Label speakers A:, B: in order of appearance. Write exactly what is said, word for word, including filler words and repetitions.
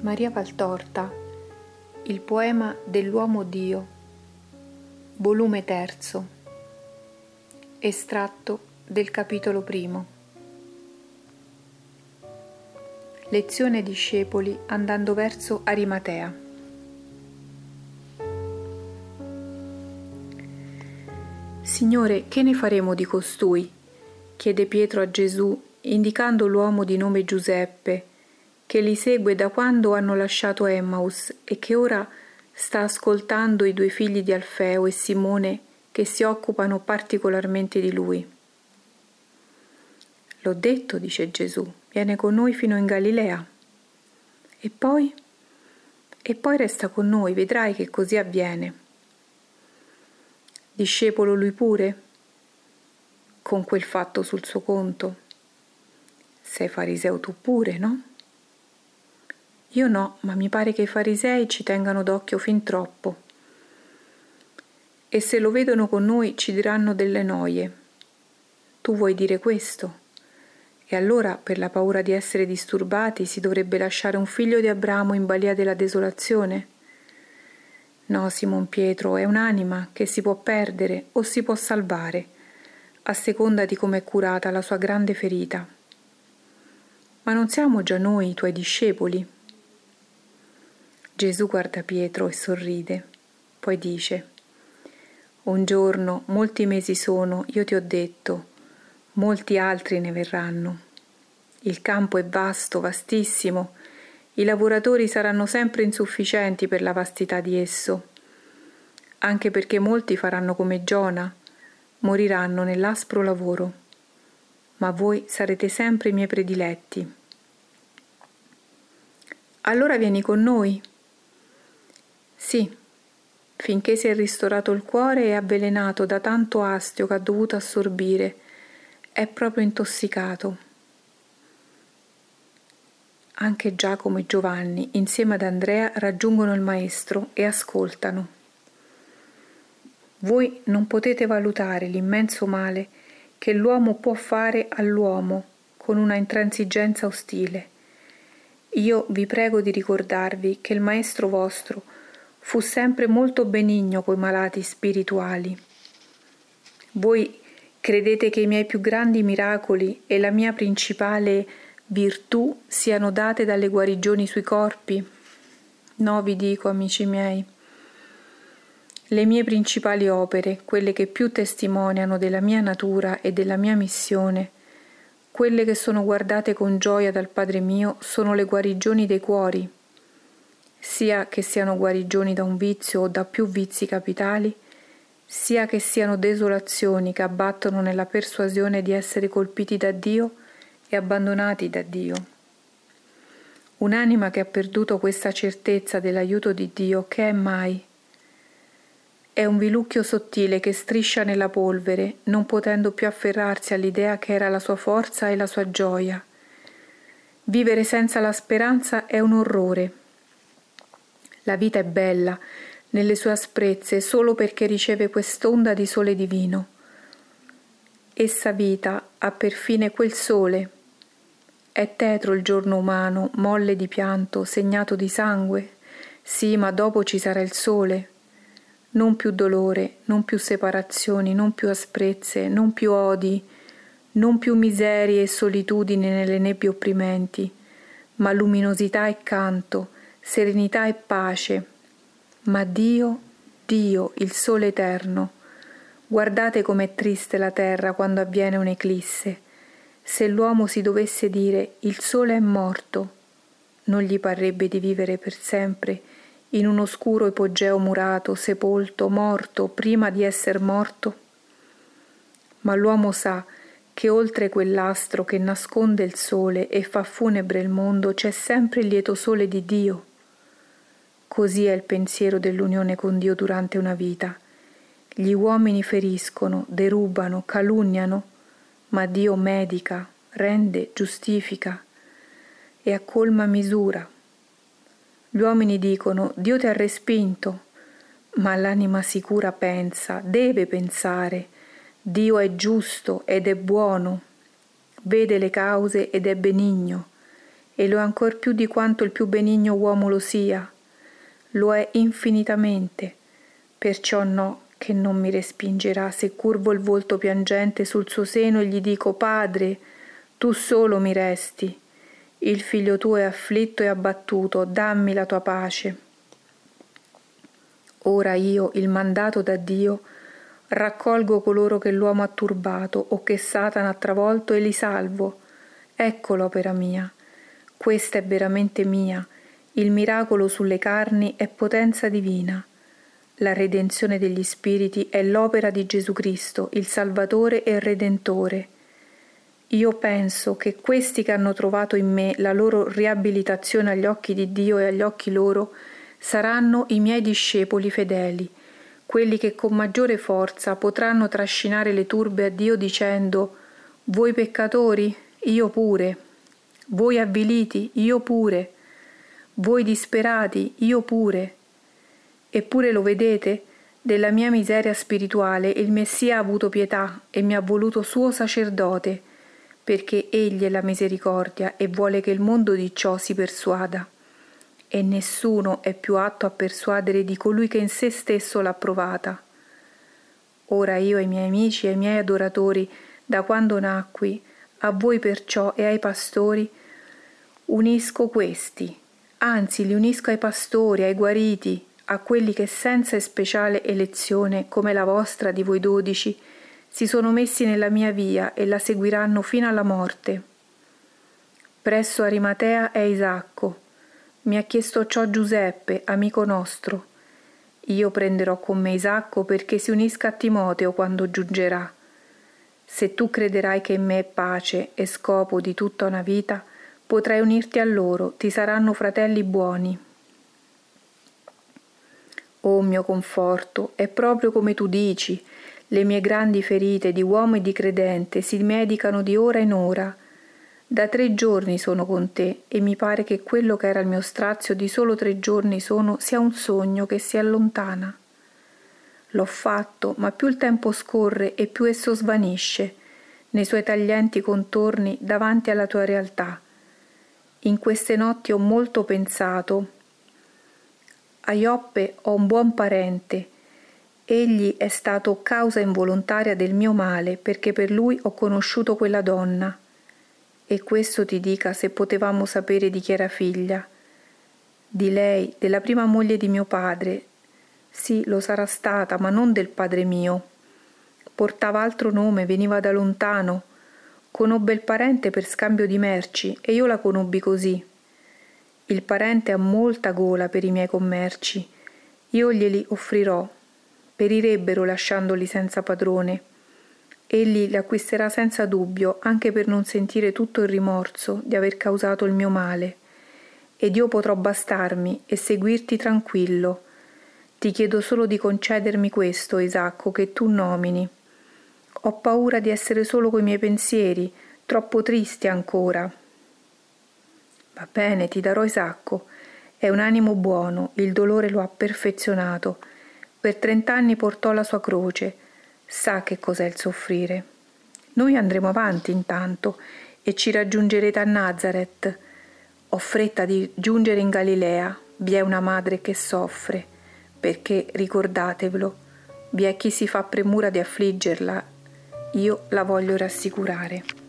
A: Maria Valtorta, il poema dell'uomo Dio, volume terzo, estratto del capitolo primo. Lezione ai discepoli andando verso Arimatea. Signore, che ne faremo di costui? Chiede Pietro a Gesù, indicando l'uomo di nome Giuseppe, che li segue da quando hanno lasciato Emmaus e che ora sta ascoltando i due figli di Alfeo e Simone che si occupano particolarmente di lui. L'ho detto, dice Gesù, viene con noi fino in Galilea. E poi? E poi resta con noi, vedrai che così avviene. Discepolo lui pure? Con quel fatto sul suo conto. Sei fariseo tu pure, no? Io no, ma mi pare che i farisei ci tengano d'occhio fin troppo. E se lo vedono con noi ci diranno delle noie. Tu vuoi dire questo? E allora, per la paura di essere disturbati, si dovrebbe lasciare un figlio di Abramo in balia della desolazione? No, Simon Pietro, è un'anima che si può perdere o si può salvare, a seconda di come è curata la sua grande ferita. Ma non siamo già noi i tuoi discepoli? Gesù guarda Pietro e sorride, poi dice: un giorno, molti mesi sono, io ti ho detto, molti altri ne verranno. Il campo è vasto, vastissimo, i lavoratori saranno sempre insufficienti per la vastità di esso, anche perché molti faranno come Giona, moriranno nell'aspro lavoro, ma voi sarete sempre i miei prediletti. Allora vieni con noi? Sì, finché si è ristorato il cuore e avvelenato da tanto astio che ha dovuto assorbire, è proprio intossicato. Anche Giacomo e Giovanni, insieme ad Andrea, raggiungono il Maestro e ascoltano. Voi non potete valutare l'immenso male che l'uomo può fare all'uomo con una intransigenza ostile. Io vi prego di ricordarvi che il Maestro vostro fu sempre molto benigno coi malati spirituali. Voi credete che i miei più grandi miracoli e la mia principale virtù siano date dalle guarigioni sui corpi? No, vi dico, amici miei. Le mie principali opere, quelle che più testimoniano della mia natura e della mia missione, quelle che sono guardate con gioia dal Padre mio, sono le guarigioni dei cuori, sia che siano guarigioni da un vizio o da più vizi capitali, sia che siano desolazioni che abbattono nella persuasione di essere colpiti da Dio e abbandonati da Dio. Un'anima che ha perduto questa certezza dell'aiuto di Dio, che è mai? È un vilucchio sottile che striscia nella polvere, non potendo più afferrarsi all'idea che era la sua forza e la sua gioia. Vivere senza la speranza è un orrore. La vita è bella, nelle sue asprezze, solo perché riceve quest'onda di sole divino. Essa vita ha per fine quel sole. È tetro il giorno umano, molle di pianto, segnato di sangue. Sì, ma dopo ci sarà il sole. Non più dolore, non più separazioni, non più asprezze, non più odi, non più miserie e solitudini nelle nebbie opprimenti, ma luminosità e canto, serenità e pace. Ma Dio, Dio, il sole eterno. Guardate com'è triste la terra quando avviene un'eclisse. Se l'uomo si dovesse dire il sole è morto, non gli parrebbe di vivere per sempre in un oscuro ipogeo murato, sepolto, morto, prima di esser morto? Ma l'uomo sa che oltre quell'astro che nasconde il sole e fa funebre il mondo c'è sempre il lieto sole di Dio. Così è il pensiero dell'unione con Dio durante una vita. Gli uomini feriscono, derubano, calunniano, ma Dio medica, rende, giustifica e accolma misura. Gli uomini dicono: Dio ti ha respinto, ma l'anima sicura pensa, deve pensare: Dio è giusto ed è buono, vede le cause ed è benigno, e lo è ancor più di quanto il più benigno uomo lo sia. Lo è infinitamente, perciò no, che non mi respingerà se curvo il volto piangente sul suo seno e gli dico: Padre, tu solo mi resti. Il figlio tuo è afflitto e abbattuto, dammi la tua pace. Ora io, il mandato da Dio, raccolgo coloro che l'uomo ha turbato o che Satana ha travolto e li salvo. Ecco l'opera mia. Questa è veramente mia. Il miracolo sulle carni è potenza divina. La redenzione degli spiriti è l'opera di Gesù Cristo, il Salvatore e il Redentore. Io penso che questi che hanno trovato in me la loro riabilitazione agli occhi di Dio e agli occhi loro saranno i miei discepoli fedeli, quelli che con maggiore forza potranno trascinare le turbe a Dio dicendo: voi peccatori, io pure; voi avviliti, io pure; voi disperati, io pure. Eppure lo vedete? Della mia miseria spirituale il Messia ha avuto pietà e mi ha voluto suo sacerdote, perché egli è la misericordia e vuole che il mondo di ciò si persuada. E nessuno è più atto a persuadere di colui che in se stesso l'ha provata. Ora io ai miei amici e ai miei adoratori, da quando nacqui, a voi perciò e ai pastori, unisco questi, anzi li unisco ai pastori, ai guariti, a quelli che senza speciale elezione, come la vostra di voi dodici, si sono messi nella mia via e la seguiranno fino alla morte. Presso Arimatea è Isacco. Mi ha chiesto ciò Giuseppe, amico nostro. Io prenderò con me Isacco perché si unisca a Timoteo quando giungerà. Se tu crederai che in me è pace e scopo di tutta una vita, potrai unirti a loro, ti saranno fratelli buoni. Oh mio conforto, è proprio come tu dici, le mie grandi ferite di uomo e di credente si medicano di ora in ora. Da tre giorni sono con te e mi pare che quello che era il mio strazio di solo tre giorni sono sia un sogno che si allontana. L'ho fatto, ma più il tempo scorre e più esso svanisce nei suoi taglienti contorni davanti alla tua realtà. In queste notti ho molto pensato. A Ioppe ho un buon parente. Egli è stato causa involontaria del mio male, perché per lui ho conosciuto quella donna. E questo ti dica se potevamo sapere di chi era figlia. Di lei, della prima moglie di mio padre. Sì, lo sarà stata, ma non del padre mio. Portava altro nome, veniva da lontano. Conobbe il parente per scambio di merci e io la conobbi così. Il parente ha molta gola per i miei commerci. Io glieli offrirò. Perirebbero lasciandoli senza padrone. Egli li acquisterà senza dubbio, anche per non sentire tutto il rimorso di aver causato il mio male. Ed io potrò bastarmi e seguirti tranquillo. Ti chiedo solo di concedermi questo, Isacco, che tu nomini. Ho paura di essere solo coi miei pensieri, troppo tristi ancora. Va bene, ti darò Isacco. È un animo buono, il dolore lo ha perfezionato. Per trent'anni portò la sua croce. Sa che cos'è il soffrire. Noi andremo avanti intanto e ci raggiungerete a Nazaret. Ho fretta di giungere in Galilea. Vi è una madre che soffre, perché, ricordatevelo, vi è chi si fa premura di affliggerla. Io la voglio rassicurare.